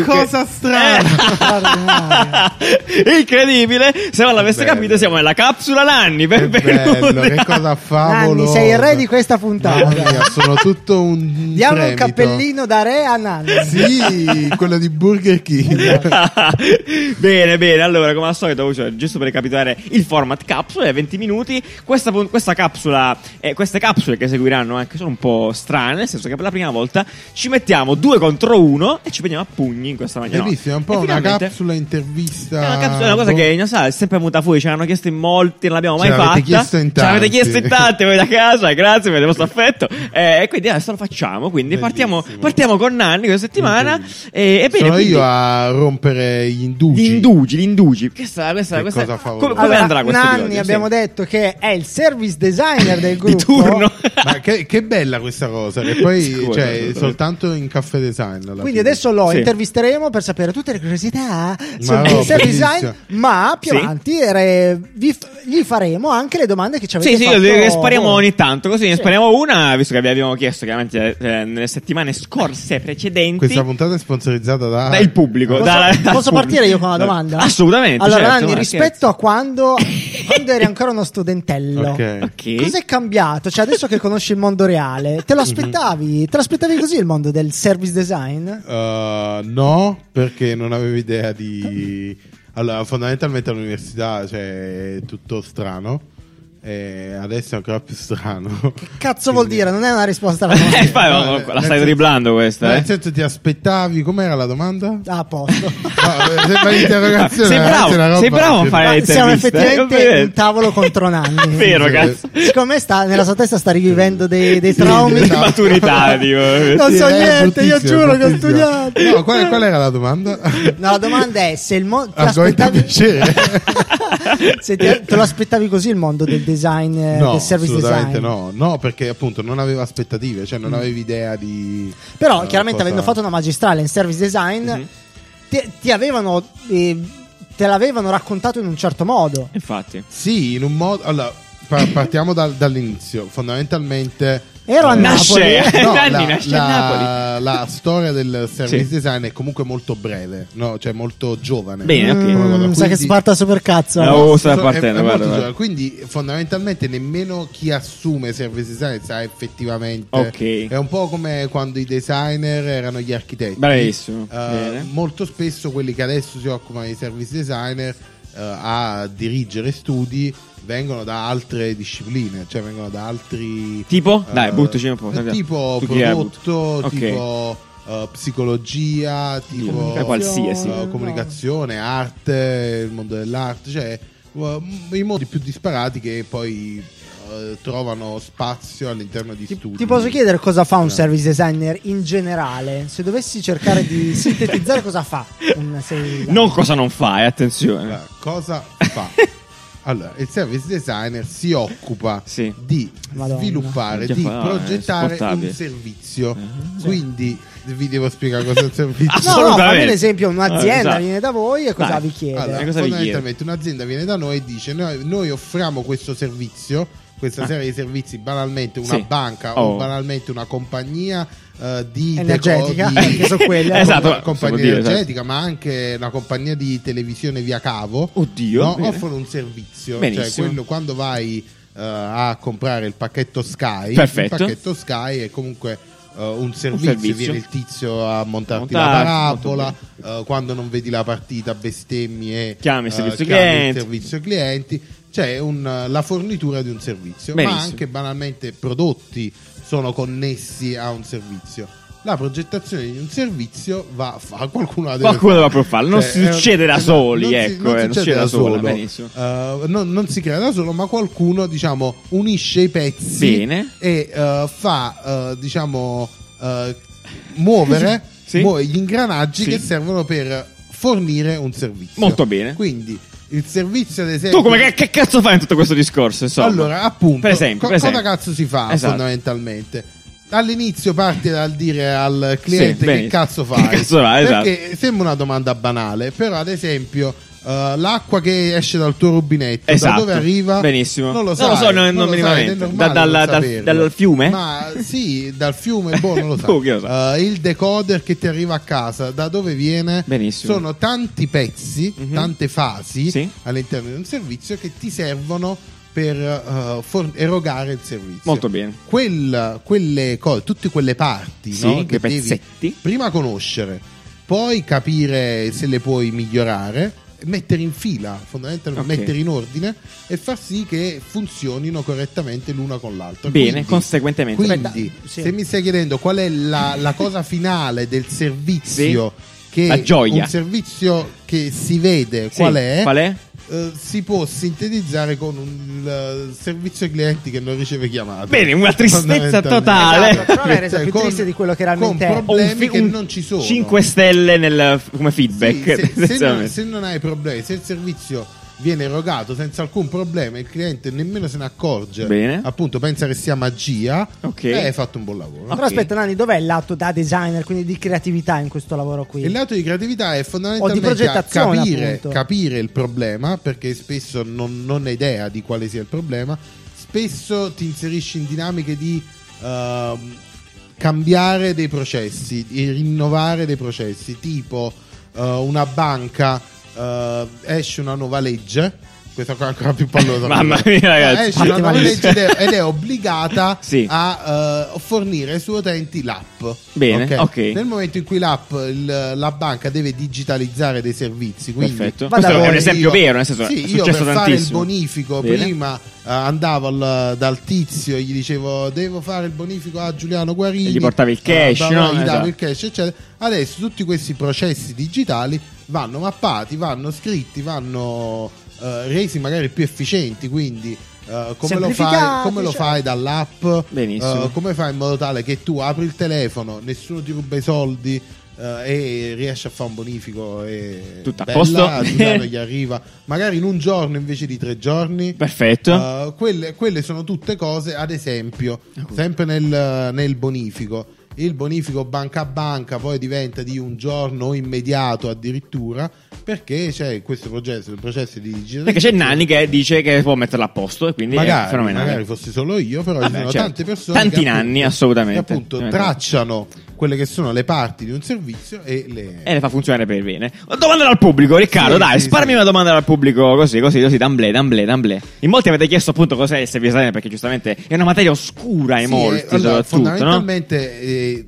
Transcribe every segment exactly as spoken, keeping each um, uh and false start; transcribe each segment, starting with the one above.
cosa strana! Incredibile! Se non l'aveste Bello. capito, siamo nella capsula Nanni. Che Benvenuti. bello, che cosa favolosa. Nanni, sei il re di questa puntata. Mamma mia, sono tutto un Diamo un tremito. cappellino da re a Nanni. Sì, quello di Burger King. Bene, bene. Allora, come al solito, cioè, giusto per ricapitolare il format capsula, è venti minuti. Questa, pu- questa capsula, eh, queste capsule che seguiranno anche sono un po' strane, nel senso che per la prima volta ci mettiamo due contro uno e ci prendiamo a pugni in questa maniera. Bellissimo, è un po' E una finalmente- capsula intervista. È una, capsula, è una cosa boh. che non sa, è sempre venuta fuori. Ce l'hanno chiesto in molti, non l'abbiamo Ce mai l'avete fatta. chiesto in Ce l'avete tanti. chiesto in tanti voi da casa. Grazie per il vostro affetto. Eh, e quindi adesso lo facciamo. Quindi partiamo, Bellissimo. partiamo con Nanni questa settimana. E, e bene, Sono quindi- io a rompere gli indugi. Gli indugi, gli indugi. Questa, questa, Che questa cosa favolosa. come, come Allora, andrà questo Nanni episodio? abbiamo Sì. detto che è il service designer del gruppo. Di turno. Ma che, che bella questa cosa. Che poi, Scusa, cioè, assolutamente. soltanto in caffè design. alla Quindi fine. adesso lo Sì. intervisteremo per sapere tutte le curiosità Ma sul no, service design, bellissimo. ma più Sì. avanti re- vi f- gli faremo anche le domande che ci avete Sì, sì, fatto le spariamo voi. ogni tanto. Così ne Sì. spariamo una, visto che vi abbiamo chiesto chiaramente eh, nelle settimane scorse precedenti. Questa puntata è sponsorizzata da Dal pubblico. Posso, da- dal posso pubblico. partire io con una domanda? Assolutamente. Allora, certo, Nanni, ma rispetto scherzo. a quando, quando eri ancora uno studentello, Ok. Ok. cosa è cambiato? Cioè, adesso che conosci il mondo reale, te lo aspettavi? Te lo aspettavi così il mondo del service design? Uh, no, perché non avevo idea di. Allora, fondamentalmente all'università c'è tutto strano. E adesso è ancora più strano. Che cazzo vuol dire? Non è una risposta alla domanda. Eh, fai- No, la nel stai senso- driblando questa, Nel eh? senso, ti aspettavi. Com'era la domanda? Ah, a posto. No, sembra l'interrogazione. Sei ragazzi, bravo, una roba sei bravo a che- fare Ma le siamo interviste, eh, effettivamente complimenti. un tavolo contro Nanni. Vero, Sì, cazzo. Siccome sta, nella sua testa sta rivivendo dei, dei traumi. esatto. Maturità, dico. Non Sì, so è niente, io bruttissimo, giuro che ho bruttissimo. studiato. No, qual, qual era la domanda? No, la domanda è se il mondo. Argomento a piacere. Se ti- te lo aspettavi così il mondo del design, eh, No, del service assolutamente design? no. No, perché appunto non avevo aspettative, cioè non avevi idea di. Però eh, chiaramente cosa- avendo fatto una magistrale in service design Mhm. ti, ti avevano eh, te l'avevano raccontato in un certo modo. Infatti. Sì, in un modo. Allora, pa- partiamo dal- dall'inizio. Fondamentalmente. Ero a eh, Napoli. Nasce- no, Nanni la, nasce a la- Napoli. la storia del service Sì. design è comunque molto breve, no? Cioè molto giovane. Bene, ok. Come cosa. Mm, sa che Quindi- sparta super cazzo. No. Oh, sta So- è- partendo, è guarda, molto guarda. giovane. Quindi fondamentalmente nemmeno chi assume service design sa effettivamente. Ok. È un po' come quando i designer erano gli architetti. Bravissimo. Eh, Bene. molto spesso quelli che adesso si occupano di service designer eh, a dirigere studi vengono da altre discipline, cioè vengono da altri Tipo? eh, Dai, buttaci un po'. eh, tipo Tu chi hai prodotto, avuto? Ok. tipo eh, psicologia, tipo Eh, qualsiasi. eh, comunicazione, arte, il mondo dell'arte, cioè eh, i modi più disparati che poi eh, trovano spazio all'interno di Ti, studi. ti posso chiedere cosa fa un Eh. service designer in generale? Se dovessi cercare di sintetizzare cosa fa un service designer. Non cosa non fai, attenzione. Allora, cosa fa? Allora, il service designer si occupa Sì. di Madonna. sviluppare, Già di fa- no, è progettare un insopportabile. servizio. Quindi vi devo spiegare cosa è un servizio. No, no, fammi Assolutamente. un esempio, un'azienda Ah, esatto. viene da voi e cosa Dai. vi chiede? Allora, cosa vi fondamentalmente un'azienda viene da noi e dice noi, noi offriamo questo servizio, questa Ah. serie di servizi, banalmente una Sì. banca Oh. o banalmente una compagnia eh, di Energetica, deco- di- perché sono quelle. Esatto. una si compagnia può dire, energetica, ma anche una compagnia di televisione via cavo. Oddio, no? bene. Offrono un servizio, Benissimo. cioè quello quando vai eh, a comprare il pacchetto Sky, Perfetto. il pacchetto Sky è comunque eh, un, servizio, servizio. viene il tizio a montarti Montarti, la parabola, molto eh, quando non vedi la partita bestemmi e Chiami il eh, servizio chiami clienti. il servizio clienti, cioè un- la fornitura di un servizio, Benissimo. ma anche banalmente prodotti sono connessi a un servizio. La progettazione di un servizio va a fare qualcuno la deve Qualcuno fare. deve farlo, non Cioè, si eh, succede da eh, soli, non si- ecco, non eh, non succede da solo, benissimo. Eh, non, non si crea da solo, ma qualcuno diciamo unisce i pezzi Bene. e eh, fa eh, diciamo eh, muovere Sì. muove gli ingranaggi Sì. che servono per fornire un servizio. Molto bene. Quindi il servizio ad esempio Tu come che, che cazzo fai in tutto questo discorso? Insomma? allora, appunto, Per esempio, co- per esempio. cosa cazzo si fa Esatto. fondamentalmente? All'inizio parti dal dire al cliente Sì, che benissimo. cazzo fai? Che cazzo fai, esatto. Perché sembra una domanda banale, però ad esempio Uh, l'acqua che esce dal tuo rubinetto, esatto. da dove arriva? Benissimo. Non lo non lo so, sai, non, non non lo sai, è minimamente. normale Da- dal, non dal, saperlo. dal fiume? Ma sì, dal fiume, boh, non lo so. Oh, chi lo sa. Uh, il decoder che ti arriva a casa, da dove viene? Benissimo. Sono tanti pezzi, Mhm. tante fasi Sì. all'interno di un servizio che ti servono per uh, for- erogare il servizio. Molto bene. Quel- quelle cose, tutte quelle parti, Sì, no, quei che devi pezzetti. prima conoscere, poi capire se le puoi migliorare, mettere in fila, fondamentalmente Ok. mettere in ordine e far sì che funzionino correttamente l'una con l'altra. Bene, Quindi- conseguentemente. quindi, Aspetta, sì. se mi stai chiedendo qual è la, la cosa finale del servizio, che La gioia. un servizio che si vede Sì, qual è, Qual è? eh, si può sintetizzare con un eh, servizio clienti che non riceve chiamate. Bene, una tristezza Fondamentalmente. totale. Esatto, però l'hai resa Cioè, più con- triste di quello che realmente con è. problemi fi- che non ci sono. cinque stelle nel, come feedback. Sì, se, se non, essenzialmente. se non hai problemi, se il servizio viene erogato senza alcun problema, il cliente nemmeno se ne accorge, Bene. appunto pensa che sia magia, Ok. e hai fatto un buon lavoro. Ok. Però aspetta, Nani, dov'è il lato da designer, quindi di creatività in questo lavoro qui? Il lato di creatività è fondamentalmente O di progettazione, capire, appunto. capire il problema, perché spesso non, non hai idea di quale sia il problema. Spesso ti inserisci in dinamiche di ehm, cambiare dei processi, di rinnovare dei processi, tipo eh, una banca eh, esce una nuova legge. Questa qua è ancora più pallosa. Mamma mia, ragazzi. Eh, esce una nuova Fatti legge ed è, ed è obbligata Sì. a eh, fornire ai suoi utenti l'app. Bene, ok. Nel momento in cui l'app, il- la banca deve digitalizzare dei servizi, quindi Perfetto. Vada Questo è un voi. esempio io- vero, nel senso sì, è io successo per fare il tantissimo. bonifico Bene. prima eh, andavo al- dal tizio e gli dicevo devo fare il bonifico a Giuliano Guarini, E gli portavi il cash, eh, no? gli davo Esatto. il cash, eccetera. Adesso tutti questi processi digitali vanno mappati, vanno scritti, vanno eh, resi magari più efficienti, quindi eh, come, lo fai, Semplificati, come lo cioè. fai dall'app, Benissimo. eh, come fai in modo tale che tu apri il telefono, nessuno ti ruba i soldi eh, e riesci a fare un bonifico e Tutto a bella, posto. a Giuliano gli arriva magari in un giorno invece di tre giorni. Perfetto. Uh, quelle, quelle sono tutte cose, ad esempio, sempre nel, nel bonifico. Il bonifico banca a banca poi diventa di un giorno o immediato addirittura, perché c'è questo processo, il processo di digitalizzazione. Perché c'è Nanni che dice che può metterla a posto e quindi è Magari, fenomenale. magari fossi solo io, però Vabbè, ci sono certo. tante persone Tanti che appunto- nanni, assolutamente. che appunto Eh, tracciano quelle che sono le parti di un servizio e le E le fa funzionare per bene. Domanda dal pubblico, Riccardo, Sì, dai, sì, sparami sì. una domanda dal pubblico così, così, così, d'amblè, d'amblè, d'amblè. In molti avete chiesto appunto cos'è il service design, perché giustamente è una materia oscura in Sì, molti, eh, allora, soprattutto, no? fondamentalmente eh,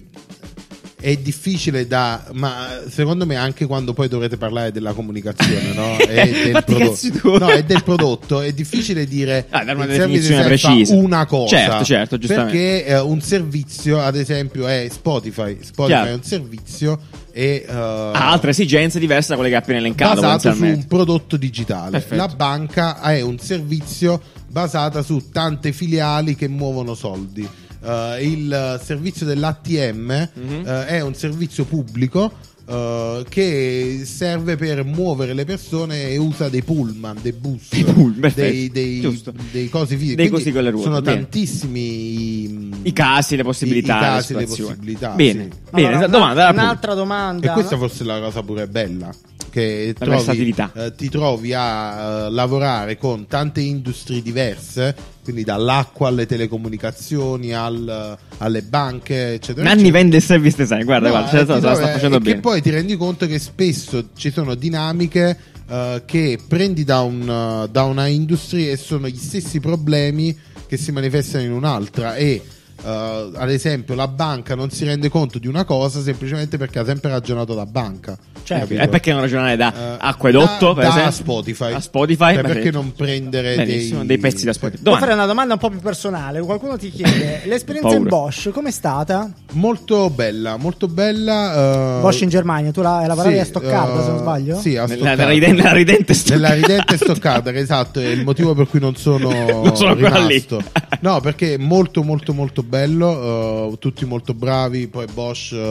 è difficile da, ma secondo me anche quando poi dovrete parlare della comunicazione, no? E del Fatti i cazzi tuoi. no, è del prodotto, è difficile dire Ah, dare una il service definizione design fa precisa. una cosa. Certo, certo, giustamente. Perché eh, un servizio, ad esempio, è Spotify. Spotify Chiaro. è un servizio e eh, Ha altre esigenze diverse da quelle che hai appena elencato, basato su un potenzialmente. prodotto digitale. Perfetto. La banca è un servizio basata su tante filiali che muovono soldi. Uh, il servizio dell'A T M Mhm. uh, è un servizio pubblico uh, che serve per muovere le persone e usa dei pullman, dei bus, Dei pullman, perfetto. dei, dei, Giusto. dei cosi fisici. Dei Quindi cosi con le ruote, sono bene. tantissimi i, I casi, le possibilità, i, i casi, le le situazioni. possibilità. Bene, sì. bene, Allora, domanda dal pubblico. un'altra domanda. E questa forse è la cosa pure bella, che La trovi, versatilità. eh, ti trovi a eh, lavorare con tante industrie diverse, quindi dall'acqua alle telecomunicazioni al- alle banche, eccetera. Nanni eccetera. vende il service design, guarda, No, guarda, eh, se la ti sta, se la sta trovi- facendo e bene. che poi ti rendi conto che spesso ci sono dinamiche eh, che prendi da, un, eh, da una industria e sono gli stessi problemi che si manifestano in un'altra e eh, ad esempio la banca non si rende conto di una cosa semplicemente perché ha sempre ragionato da banca. Certo. Capito? E perché non ragionare da Eh, acquedotto, da, per da esempio? Spotify. A Spotify, Cioè, beh, perché sì. non prendere Benissimo, dei, dei pezzi da Spotify. Devo Domanda. fare una domanda un po' più personale. Qualcuno ti chiede: l'esperienza in Paura. Bosch com'è stata? Molto bella, molto bella. eh, Bosch in Germania, tu la, lavoravi sì, a Stoccarda, se non eh, sbaglio? Sì, a Nella, Stoccarda. nella ridente, nella ridente Stoccarda. Nella ridente Stoccarda, che esatto, è il motivo per cui non sono, Non sono ancora lì. rimasto. No, perché è molto molto molto bello, eh, tutti molto bravi, poi Bosch eh,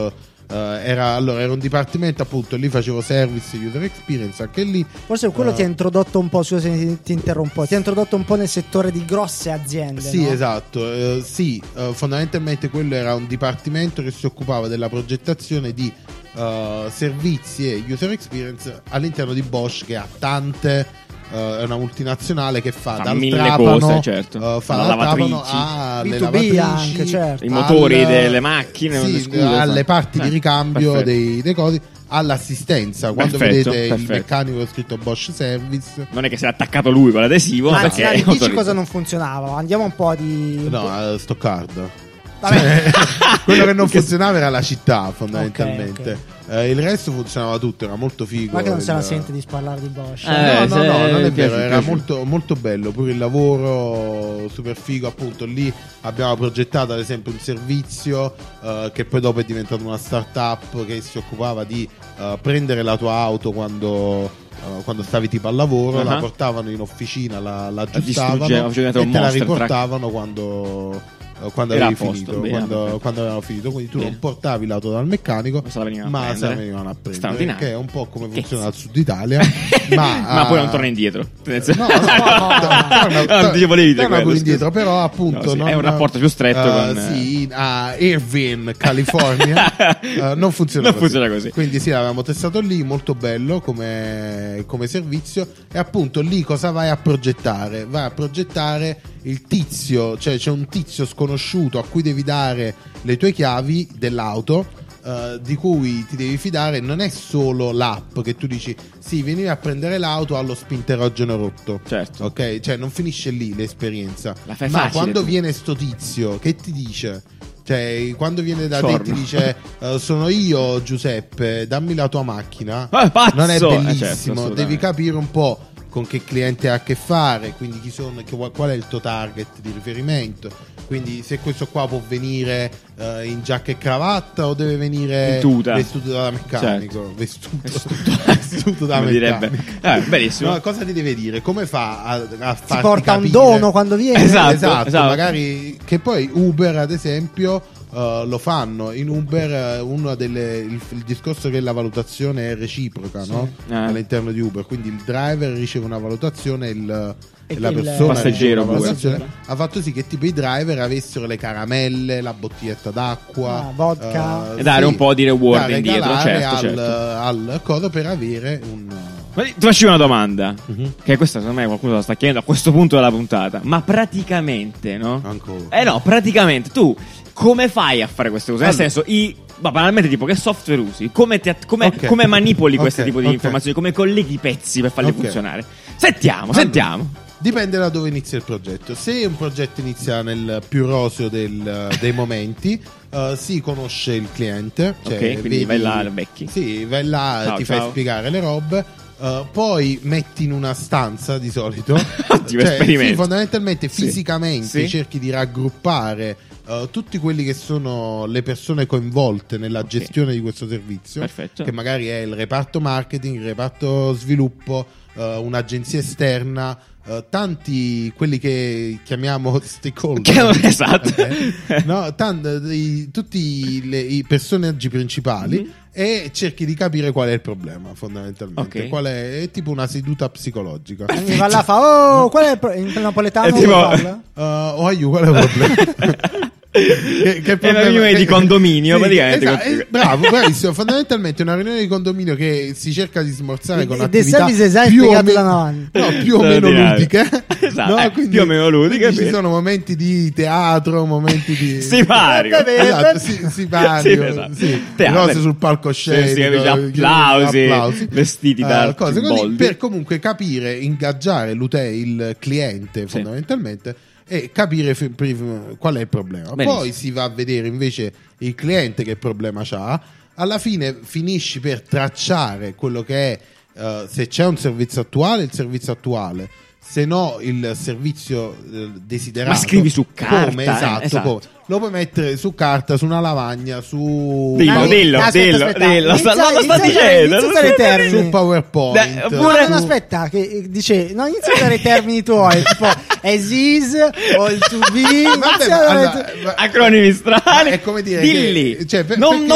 uh, era, allora, era un dipartimento, appunto, lì facevo service user experience, anche lì. Forse quello uh, ti ha introdotto un po', scusa se ti, ti interrompo, ti ha introdotto un po' nel settore di grosse aziende. Sì, no? esatto. Uh, sì, uh, fondamentalmente quello era un dipartimento che si occupava della progettazione di uh, servizi e user experience all'interno di Bosch, che ha tante. Uh, è una multinazionale che fa, Fa dal mille trapano, cose, certo. uh, fa Dalle dal trapano lavatrici, alle B due B lavatrici, anche, certo. I motori al- delle macchine, sì, scusa, alle fa- parti di Eh, ricambio perfetto. dei, dei cosi, all'assistenza. Quando Perfetto, vedete perfetto. il meccanico è scritto Bosch Service, Non è che si è attaccato lui con l'adesivo, Anzi, perché dai, è dici autorizzato. cosa non funzionava. Andiamo un po' di. no, a Stoccarda. Vabbè. Quello che non Che- funzionava era la città, fondamentalmente. Ok, Eh, il resto funzionava tutto, era molto figo. Ma che non se la il- sente di parlare di Bosch. Eh, no, no, se- no, non è piace, vero, era piace. molto, molto bello. Pure il lavoro super figo, appunto. Lì abbiamo progettato, ad esempio, un servizio eh, che poi dopo è diventato una startup che si occupava di eh, prendere la tua auto quando, eh, quando stavi tipo al lavoro, la Uh-huh. portavano in officina, la, la distruggevano, aggiustavano facevano e un te la monster truck. riportavano quando. eh, Quando Era avevi a posto, finito, bene, quando, perfetto. quando avevano finito, quindi tu Bene. non portavi l'auto dal meccanico, Ma se la venivano a ma se la prendere. venivano a prendere, Straordinario. che è un po' come Che funziona sì. al sud Italia, ma, Ma poi non ah, torna indietro. No, no, no, No, torna- non ti volevi dire torna quello, pure scusa. indietro, però appunto No, sì, non- è un rapporto più stretto eh, con- sì, a Irvine, California, eh, non funziona Non così. funziona così. Quindi sì, l'avevamo testato lì, molto bello come, come servizio. E appunto lì cosa vai a progettare? Vai a progettare il tizio, cioè c'è un tizio sconosciuto a cui devi dare le tue chiavi dell'auto, eh, di cui ti devi fidare. Non è solo l'app che tu dici sì, vieni a prendere l'auto allo spinterogeno rotto, Certo. ok? Cioè non finisce lì l'esperienza, La fai ma facile, quando tu. viene sto tizio che ti dice, cioè quando viene da te Ciorno. ti dice eh, sono io Giuseppe, dammi la tua macchina, Ah, pazzo! non è Eh, certo, bellissimo, assolutamente. devi capire un po' con che cliente ha a che fare, quindi chi sono, che- qual è il tuo target di riferimento, quindi se questo qua può venire eh, in giacca e cravatta o deve venire In tuta. vestito da meccanico, Certo. vestuto, Vestuto. vestuto da Come direbbe. meccanico. Eh, benissimo. No, cosa ti deve dire? Come fa a, a Si farti porta un capire- dono quando viene. Esatto. esatto, esatto. magari che poi Uber ad esempio eh, lo fanno in Uber, eh, uno delle, il, il discorso che la valutazione è reciproca, no? Eh. All'interno di Uber, quindi il driver riceve una valutazione, il, E e la il persona passeggero riceve una pure. valutazione. Ha fatto sì che tipo i driver avessero le caramelle, la bottiglietta d'acqua, Ah, vodka. eh, E dare un po' di reward da indietro, regalare certo, al, certo. al codo per avere un Ma ti faccio una domanda. Mhm. Che questa secondo me qualcuno la sta chiedendo a questo punto della puntata. Ma praticamente, no? ancora. Eh no, praticamente tu come fai a fare queste cose? Nel Allora. senso, i, ma banalmente tipo che software usi? Come, ti att- come, Ok. come manipoli questo Ok, tipo di ok. informazioni? Come colleghi i pezzi per farli Ok. funzionare? Sentiamo, Allora, sentiamo. Dipende da dove inizia il progetto. Se un progetto inizia nel più roseo del- dei momenti, eh, si conosce il cliente. Cioè, Ok, quindi vai là, lo becchi. Sì, vai là, Ciao, ti ciao. fai spiegare le robe. eh, poi metti in una stanza di solito. Ottimo Cioè, esperimento. sì, fondamentalmente Sì. fisicamente Sì. cerchi di raggruppare eh, tutti quelli che sono le persone coinvolte nella Ok. gestione di questo servizio. Perfetto. Che magari è il reparto marketing, il reparto sviluppo, eh, un'agenzia esterna, eh, tanti quelli che chiamiamo stakeholder. Che- esatto. Ok? No, tan- i- tutti le- i personaggi principali. Mhm. E cerchi di capire qual è il problema, fondamentalmente. Ok. Qual è, è tipo una seduta psicologica. Mi va là, fa, oh, qual è il pro- in napoletano? È tipo- come parla? Uh, oh, aiuto, qual è il problema? che, che È una riunione di condominio, praticamente. esatto, eh, bravo, bravissimo. Fondamentalmente è una riunione di condominio che si cerca di smorzare con The attività service design più o, spiegato me- da Navanti. no, più o meno Straordinario. ludiche. Esatto, No, eh, quindi- più o meno ludiche, quindi ci bene. sono momenti di teatro, momenti di Sipario. Vabbè, esatto, sì, sipario, Sì, esatto. sì. Teatro. Cose sul palcoscenico, Sì, sì, capisci, applausi, vestiti da Eh, cose così, Archibaldi. per comunque capire, ingaggiare l'ute- il cliente Sì. fondamentalmente e capire fi- pri- qual è il problema. Benissimo. Poi si va a vedere invece il cliente che problema c'ha. Alla fine finisci per tracciare quello che è, eh, se c'è un servizio attuale, il servizio attuale. Se no, il servizio eh, desiderato. Ma scrivi su carta, come, eh, esatto, esatto. come. Lo puoi mettere su carta, su una lavagna, su Dillo, Ah, dillo, aspetta, dillo, aspetta. dillo. Inizia- Sta- non lo sta inizia a usare- dicendo. inizia a usare i termini. su PowerPoint. Beh, No, oppure- no, no, aspetta, che eh, dice, no, inizia a usare i termini tuoi, tipo as is o il to be. Vabbè, inizia ma a usare allora, tu- ma- Acronimi strani. è come dire Dilli. che- cioè, per- non, perché- non, non, non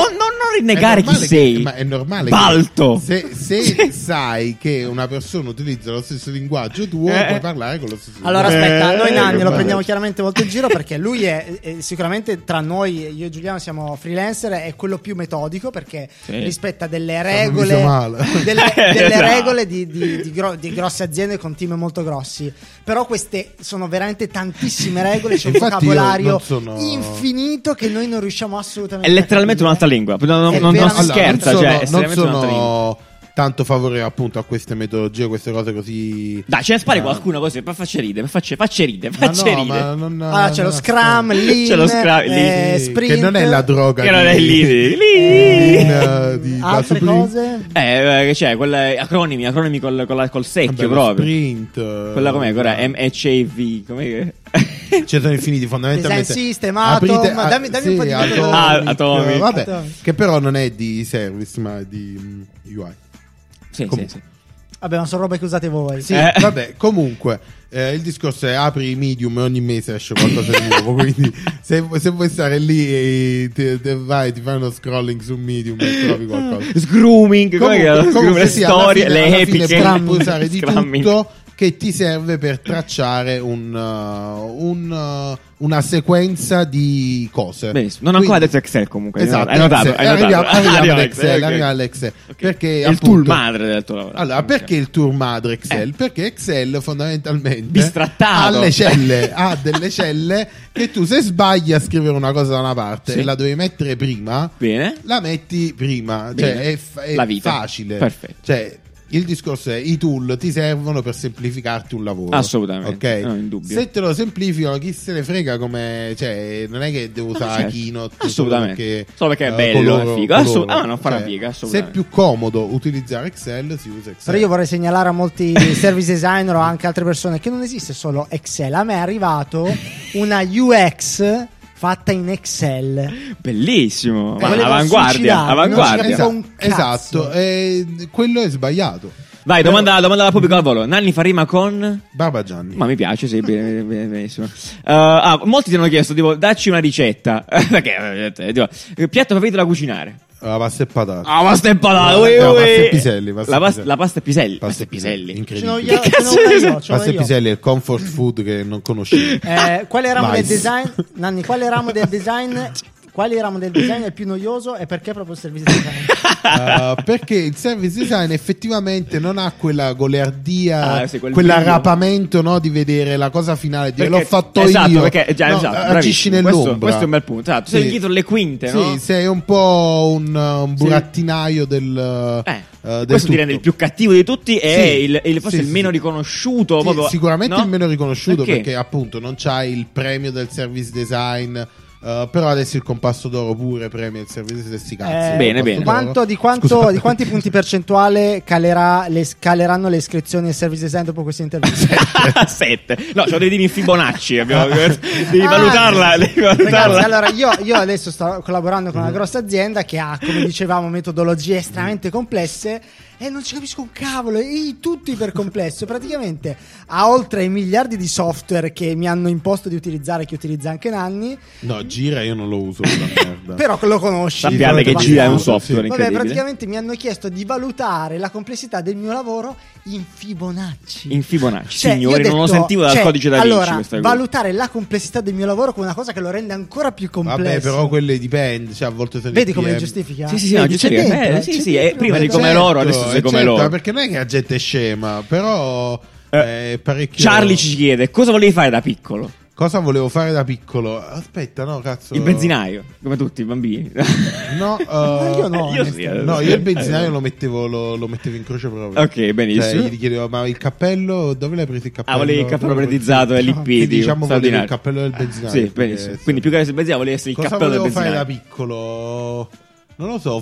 rinnegare chi normale sei. che- ma è normale Balto. che se, se sai che una persona utilizza lo stesso linguaggio tuo, Eh. puoi parlare con lo stesso Allora linguaggio. aspetta, noi Eh, Nanni lo vabbè. prendiamo chiaramente molto in giro perché lui è, è sicuramente tra noi, io e Giuliano siamo freelancer, è quello più metodico perché Sì. rispetta delle Siamo regole, visto male. delle, delle Esatto. regole di, di- di gro- di grosse aziende con team molto grossi. Però queste sono veramente tantissime regole, c'è un Infatti io vocabolario non sono- infinito che noi non riusciamo assolutamente È a letteralmente capire. un'altra lingua. Non, non- È non- non veramente- si scherza, non cioè, è sono, non estremamente un'altra lingua. sono tanto favorevole appunto a queste metodologie, queste cose così. Dai, ce ne spari Ah. qualcuno così, per faccia ride, per faccia, faccia ride, Ma faccia no, ride. ma non, Allora c'è lo non- Scrum, Lean, C'è lo Scrum, eh, Sì, Sprint, che non è la droga Che non è di- lì, lì, lì. eh, Lean, eh, di- da altre Supreme. cose. Eh, che c'è? Quelle acronimi, acronimi col, col, col secchio Vabbè, lo proprio. Sprint, eh, Quella com'è? Quella M H A V, com'è che... ci sono infiniti fondamentalmente. Design System, Atom, Aprite- dammi- dammi un po' di Atomic, metodologia. Ah, Atomic. vabbè, Atomic. che però non è di service ma è di mm, U I. Sì, sì, Comunque. sì. Vabbè, ma sono robe che usate voi. Sì, Eh. vabbè, comunque eh, il discorso è apri i medium e ogni mese esce qualcosa di nuovo, quindi se, se vuoi stare lì e ti, ti vai, ti fai uno scrolling su medium e trovi qualcosa. Sgrooming, come che Comunque, comunque le sì, alla storie, fine- le alla epiche. fine puoi, puoi usare di Scrumming. tutto che ti serve per tracciare un, uh, un, uh, una sequenza di cose. Benissimo. Non ho ancora Quindi- detto Excel comunque. Esatto, hai notato, Excel. hai notato. Arriviamo, arriviamo Arriviamo ad a Excel, ok. arriviamo all'Excel. Ok. Perché È il tool appunto- madre del tuo lavoro. Allora, perché il tour madre Excel? Eh. Perché Excel fondamentalmente Bistrattato. ha le celle, ha delle celle che tu se sbagli a scrivere una cosa da una parte Sì. e la devi mettere prima, Bene. la metti prima, Bene. cioè è, fa- è La vita. facile. Perfetto. Cioè, il discorso è i tool ti servono per semplificarti un lavoro. Assolutamente, ok? no, in dubbio. Se te lo semplificano, chi se ne frega come, cioè, non è che devo usare certo. Keynote Assolutamente. Solo perché è eh, bello, coloro- è figo. Assu- coloro. ah, non fa una Cioè, figa, se è assolutamente. più comodo utilizzare Excel, si usa Excel. Però io vorrei segnalare a molti service designer o anche altre persone che non esiste solo Excel. A me è arrivato una U X fatta in Excel. Bellissimo. Ma volevo avanguardia, suicidarmi, non avanguardia. ci capivo un Esatto, cazzo. esatto, e quello è sbagliato. Vai, domanda, domanda al pubblico al volo. Nanni fa rima con... Barba Gianni. Ma mi piace, sì, bene, bene, benissimo. Uh, ah, molti ti hanno chiesto, tipo, dacci una ricetta. Perché, eh, tipo, il piatto preferito da cucinare. La pasta e patate. Ah, pasta e patate, No, ui, no, ui. pasta e piselli, pasta la, e pas- piselli. la pasta e piselli. Pasta Pasta e piselli. Ce n'ho incredibile. io, Che ce n'ho cazzo una è? io, ce n'ho Pasta e io. piselli è il comfort food che non conoscevi. Eh, quale ramo del Mais. design? Nanni, quale ramo del design? Quale ramo del design è il più noioso e perché proprio il service design? Uh, perché il service design effettivamente non ha quella goliardia, Ah, sì, quel quell'arrapamento, no, di vedere la cosa finale, di dire Perché- l'ho fatto esatto, io. perché, già, No, esatto, agisci bravissimo. nell'ombra. Questo, questo è un bel punto. Esatto, sei Sì. dietro le quinte, Sì, no? sei un po' un, un burattinaio del, Eh, eh, del questo ti tutto. rende il più cattivo di tutti e Sì, il, il- forse sì, il sì, meno sì. riconosciuto. Sì, proprio, sicuramente no? il meno riconosciuto Perché? perché appunto non c'hai il premio del service design. Uh, però adesso il compasso d'oro pure premia il service di sti cazzi. Eh, il bene, compasso bene. d'oro. Quanto, di, quanto, Scusate. di quanti punti percentuale calerà le, caleranno le iscrizioni al service design dopo questa intervista? Sette. No, ce lo devi dire in Fibonacci. Abbiamo, devi Ah, valutarla. Devi valutarla. Ragazzi, allora io, io adesso sto collaborando con una grossa azienda che ha, come dicevamo, metodologie estremamente complesse e non ci capisco un cavolo, è tutto iper complesso. Praticamente ha oltre i miliardi di software che mi hanno imposto di utilizzare, che utilizza anche Nanni, No, gira io non lo uso quella merda. però lo conosci. Sappiate che Basta. gira è un software Vabbè, incredibile. praticamente mi hanno chiesto di valutare la complessità del mio lavoro in Fibonacci. In Fibonacci, Cioè, signori, io ho non lo detto, sentivo dal cioè, codice da Vinci. Allora, questa cosa. valutare la complessità del mio lavoro come una cosa che lo rende ancora più complesso. Vabbè, però quelle dipende, cè, a volte sono Vedi i come P M. li giustifica? Sì, sì, sì, no, Vedi, giusto c'è che- dentro, eh, sì, c'è sì, dentro, eh, prima guarda. di come loro, adesso sei eh, come certo, loro. perché non è che la gente è scema, però Eh, è parecchio. Charlie ci chiede cosa volevi fare da piccolo? Cosa volevo fare da piccolo? Aspetta, no, cazzo. Il benzinaio, come tutti i bambini. No, uh, io no, Io onestamente. sì, eh. no, io il benzinaio lo mettevo, lo, lo mettevo in croce proprio. Ok, benissimo. Cioè, gli chiedevo, ma il cappello, dove l'hai preso il cappello? Ah, volevi il cappello Proprio- predizzato e l'I P, Sì, tipo, diciamo volevo il straordinario. cappello del benzinaio. Sì, perché- benissimo. Quindi più che essere il benzinaio volevi essere il Cosa cappello del volevo fare da benzinaio. piccolo? Non lo so,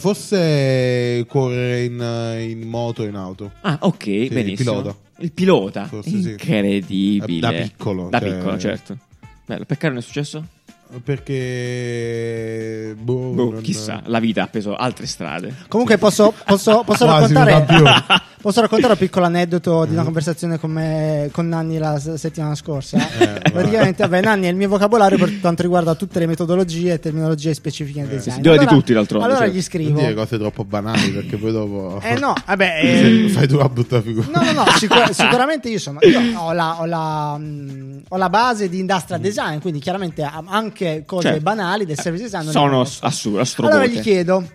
forse correre in, in moto o in auto. Ah, ok, il benissimo. pilota. Il pilota. Forse sì. Incredibile. Da piccolo, Da cioè- piccolo, certo. Bello, peccato non è successo? perché boh, Boh, non- chissà, la vita ha preso altre strade. Comunque posso, posso, posso Quasi non raccontare va più. posso raccontare un piccolo aneddoto di una conversazione con me con Nanni la s- settimana scorsa. Eh, Praticamente, vabbè, Nanni è il mio vocabolario per quanto riguarda tutte le metodologie e terminologie specifiche nel design. sì, dove di tutti, d'altronde, Allora certo. gli Non scrivo. dire cose troppo banali perché poi dopo Eh no, vabbè, eh, fai tu la brutta figura. no, no, no, sicur- sicuramente io sono io ho la, ho la, mh, ho la base di industrial design, quindi chiaramente a- anche cose Certo. banali del service design non le Sono conosco. assurdo, astrobote. Allora gli chiedo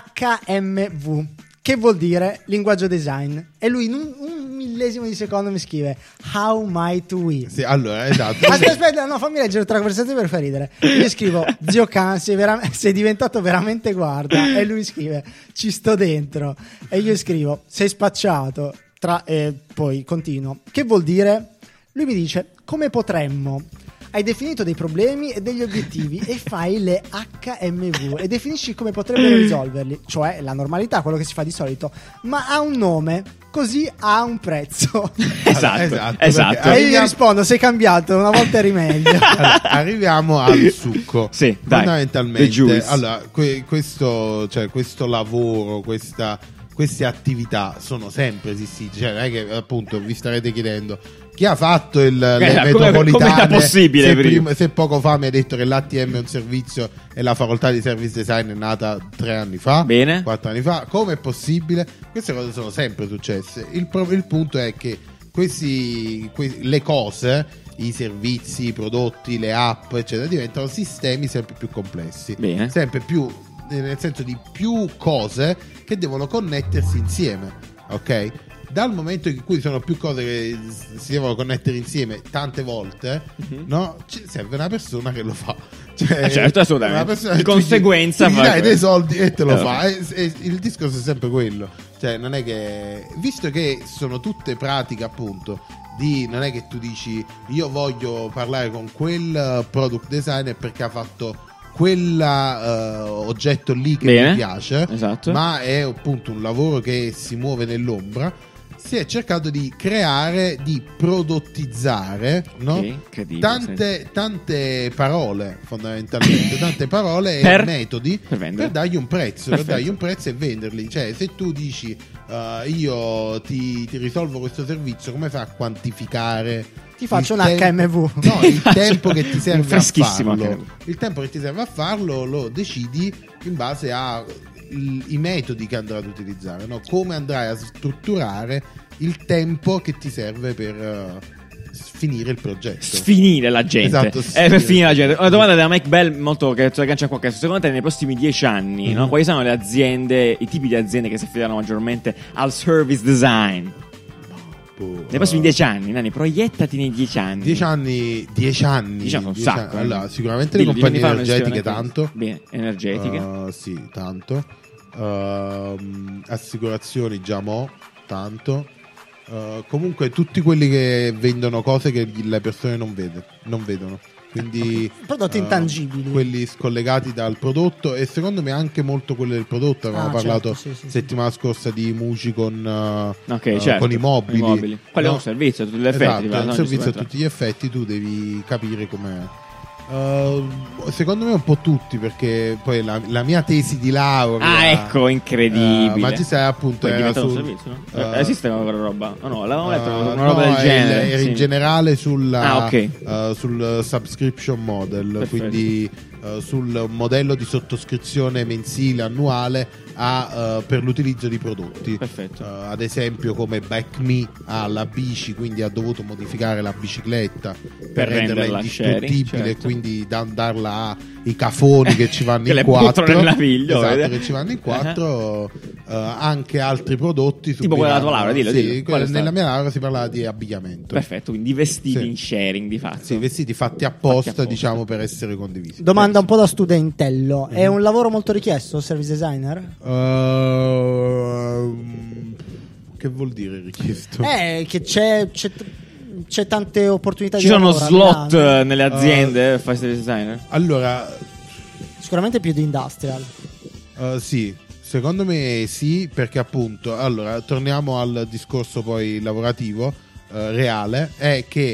H M V, che vuol dire linguaggio design, e lui in un, un millesimo di secondo mi scrive How might we? Sì, allora, esatto. Aspetta, aspetta, no, fammi leggere tra conversazione per far ridere. Io gli scrivo zio Can, sei, vera- sei diventato veramente guarda, e lui scrive ci sto dentro, e io scrivo sei spacciato tra, e poi continuo, che vuol dire? Lui mi dice come potremmo. Hai definito dei problemi e degli obiettivi e fai le H M V e definisci come potrebbero risolverli, cioè la normalità, quello che si fa di solito, ma ha un nome, così ha un prezzo. Esatto, Esatto, esatto. perché- E io gli Arriviamo- rispondo sei cambiato, una volta eri meglio. Allora, arriviamo al succo. Sì, dai, the Fondamentalmente, juice. allora, que- questo, cioè, questo lavoro, questa, queste attività sono sempre esistite. Cioè, non è che appunto vi starete chiedendo chi ha fatto il, le come- metropolitane. come era possibile se, prima? prima- se poco fa mi hai detto che l'A T M è un servizio e la facoltà di service design è nata tre anni fa, Bene. quattro anni fa. Come è possibile? Queste cose sono sempre successe. Il, pro- il punto è che questi, que- le cose, i servizi, i prodotti, le app, eccetera, diventano sistemi sempre più complessi. Bene. Sempre più, eh, nel senso di più cose che devono connettersi insieme. Ok? Dal momento in cui sono più cose che s- si devono connettere insieme tante volte, Mhm. no? Ci serve una persona che lo fa. Cioè, Eh, certo, assolutamente. una persona Di che tu gli- conseguenza tu gli fa dai dei quello. soldi e te lo Eh, fa. E, e il discorso è sempre quello. Cioè, non è che, visto che sono tutte pratiche, appunto, di non è che tu dici io voglio parlare con quel product designer perché ha fatto quel oggetto lì che Bene. mi piace, Esatto. ma è appunto un lavoro che si muove nell'ombra. Si è cercato di creare, di prodottizzare, no? Ok, incredibile, tante, tante parole, fondamentalmente, tante parole Per- e metodi per vendere. dargli un prezzo, Perfetto. per dargli un prezzo e venderli. Cioè, se tu dici uh, io ti, ti risolvo questo servizio, come fai a quantificare? Ti faccio il un tempo- H M V. No, il tempo che ti serve a freschissimo farlo. H M V. Il tempo che ti serve a farlo lo decidi in base a il- i metodi che andrai ad utilizzare, no? Come andrai a strutturare il tempo che ti serve per uh, finire il progetto. Sfinire la gente. Esatto, Eh, sfinire. per finire la gente. Una domanda da Mike Bell molto che ci aggancia qua. Secondo te nei prossimi dieci anni, Mhm. no, quali sono le aziende, i tipi di aziende che si affidano maggiormente al service design? Boh, Nei prossimi uh, dieci anni, Nani, proiettati nei dieci anni. Dieci anni, dieci anni, Dieci anni, un dieci sacco, anni. eh. Allora, sicuramente Dillo, le compagnie dimmi, fammi energetiche sicuramente. tanto. Bene, energetiche. Uh, sì, tanto. Ehm, assicurazioni già mo, tanto. Eh, comunque tutti quelli che vendono cose che le persone non, vede, non vedono. Quindi Prodotti eh, intangibili. quelli scollegati dal prodotto e secondo me anche molto quelli del prodotto. Avevamo Ah, parlato certo, sì, sì, settimana scorsa di Muci con, eh, Ok, eh, certo. con i mobili. Quello è No? un servizio a tutti gli effetti. Esatto, ti va, è un no? servizio a Giustamente. tutti gli effetti, tu devi capire com'è. Uh, secondo me un po' tutti, perché poi la, la mia tesi di laurea, Ah, ecco, incredibile. uh, magistrale appunto Poi è era diventato sul, un servizio, no? uh, Eh, esiste quella roba? Oh, no, l'avevamo letto uh, una roba no, del genere. era sì. in generale sulla, Ah, ok. uh, sul subscription model, Perfetto. quindi uh, sul modello di sottoscrizione mensile annuale a, uh, per l'utilizzo di prodotti. Perfetto. Uh, ad esempio come BackMe ha la bici, quindi ha dovuto modificare la bicicletta per, Per renderla renderla indistruttibile, sharing, certo. quindi da- darla ai cafoni che ci vanno Che in le quattro, buttano nel naviglio, esatto, vedi? che ci vanno in quattro. uh, anche altri prodotti Tipo quella della tua subiranno- laurea, dillo, sì, dillo. quella- Qual è nella stata? mia laurea si parlava di abbigliamento. Perfetto, quindi vestiti Sì. in sharing di fatto. Sì, vestiti fatti apposta, apposta. diciamo, per essere condivisi. Domanda un po' da studentello. È un lavoro molto richiesto il service designer? Ehm, che vuol dire richiesto? Eh, che c'è, c'è, c'è tante opportunità Ci di sono lavoro a slot Milano. eh, nelle aziende per fare service designer? Allora, Sicuramente più di industrial. Uh, sì, secondo me sì, perché appunto, allora, torniamo al discorso poi lavorativo, uh, reale, è che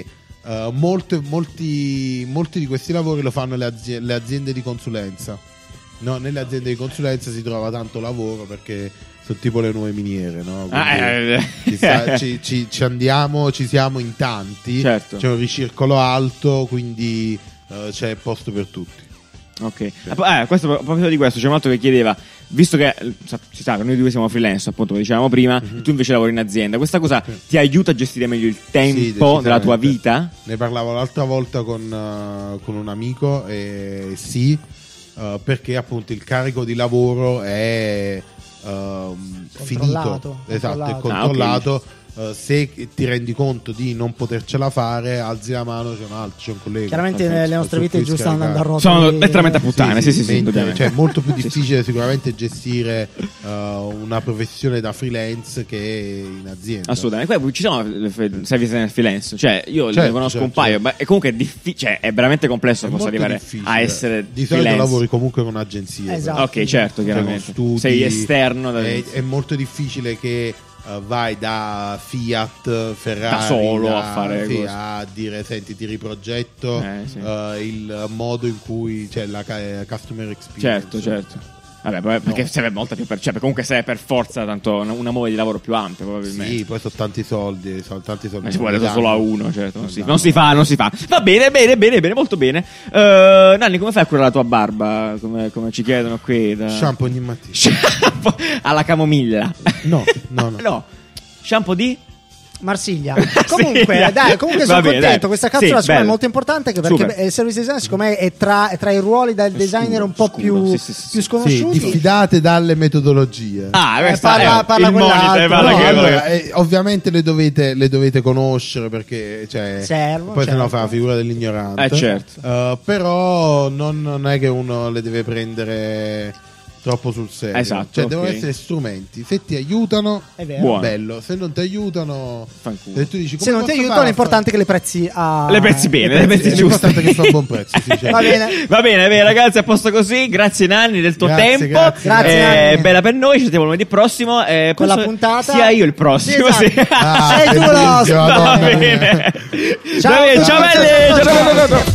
uh, molte, molti, molti di questi lavori lo fanno le aziende, le aziende di consulenza. No, nelle aziende di consulenza si trova tanto lavoro perché sono tipo le nuove miniere, no? Ah, eh, ci, sta, ci, ci, ci andiamo, ci siamo in tanti, certo. C'è un ricircolo alto, quindi uh, c'è posto per tutti. Ok, sì. eh, questo, a proposito di questo, c'è un altro che chiedeva, visto che si sa che noi due siamo freelance, appunto, come dicevamo prima, mm-hmm. tu invece lavori in azienda, questa cosa sì. ti aiuta a gestire meglio il tempo sì, della tua vita? Ne parlavo l'altra volta con, uh, con un amico e sì, uh, perché appunto il carico di lavoro è uh, finito, esatto, è controllato. Ah, okay. Uh, se ti rendi conto di non potercela fare, alzi la mano, c'è un altro, c'è un collega. Chiaramente le nostre vite giù stanno andando a rotelle. Sono letteralmente a puttane, sì, sì, sì, sì, sì cioè, è molto più difficile sicuramente gestire uh, una professione da freelance che in azienda. Assolutamente. Poi ci sono servizi nel freelance, cioè io certo, ne conosco certo, un paio, certo. e comunque è, diffi- cioè, è veramente complesso posso arrivare difficile. a essere di solito freelance. Lavori comunque con un'agenzia. Esatto. Ok, certo, chiaramente. Studi, sei esterno da... è, è molto difficile che Uh, vai da Fiat, Ferrari da solo da, a fare sì, a dire senti ti riprogetto eh, sì. uh, il modo in cui c'è la uh, customer experience. Certo, certo. Vabbè, poi, perché no. serve molta più per, cioè, comunque serve per forza tanto una, una mole di lavoro più ampia, probabilmente. Sì, poi sono tanti soldi, sono tanti soldi. Ma ci vuole solo a uno, certo. Non si, non si fa, non si fa. Va bene, bene, bene, bene, molto bene. Uh, Nanni, come fai a curare la tua barba? Come, come ci chiedono qui? Da... Shampoo ogni mattina. Shampoo alla camomilla. No, no, no. no. Shampoo di? Marsiglia. Comunque, dai, comunque sono bene, contento. Dai. Questa capsula sì, è molto importante perché Super. il service design, siccome è tra, è tra i ruoli del designer un po' più, sì, sì, sì, più sconosciuti. Sì, diffidate dalle metodologie. Ah, eh, parla, è parla il monitor, parla no, che allora, eh, ovviamente le dovete, le dovete conoscere perché cioè, Servo, poi certo. se no fa la figura dell'ignorante. Eh, certo. uh, però non, non è che uno le deve prendere troppo sul serio. Esatto, cioè okay. devono essere strumenti. Se ti aiutano è vero. bello, se non ti aiutano fanculo. Se tu dici come se non ti aiutano fare, l'importante è che le prezzi a... le prezzi bene, le prezzi giuste. L'importante è che fa un buon prezzo, sì, certo. Va bene. Va bene, bene ragazzi, a posto così. Grazie Nanni del tuo grazie, tempo. Grazie, grazie eh, bella per noi, ci vediamo lunedì prossimo eh, con la puntata. Sia io il prossimo, sì, esatto. sì. Ah, sei tu l'ospite. Va bene. Ciao, ciao belli.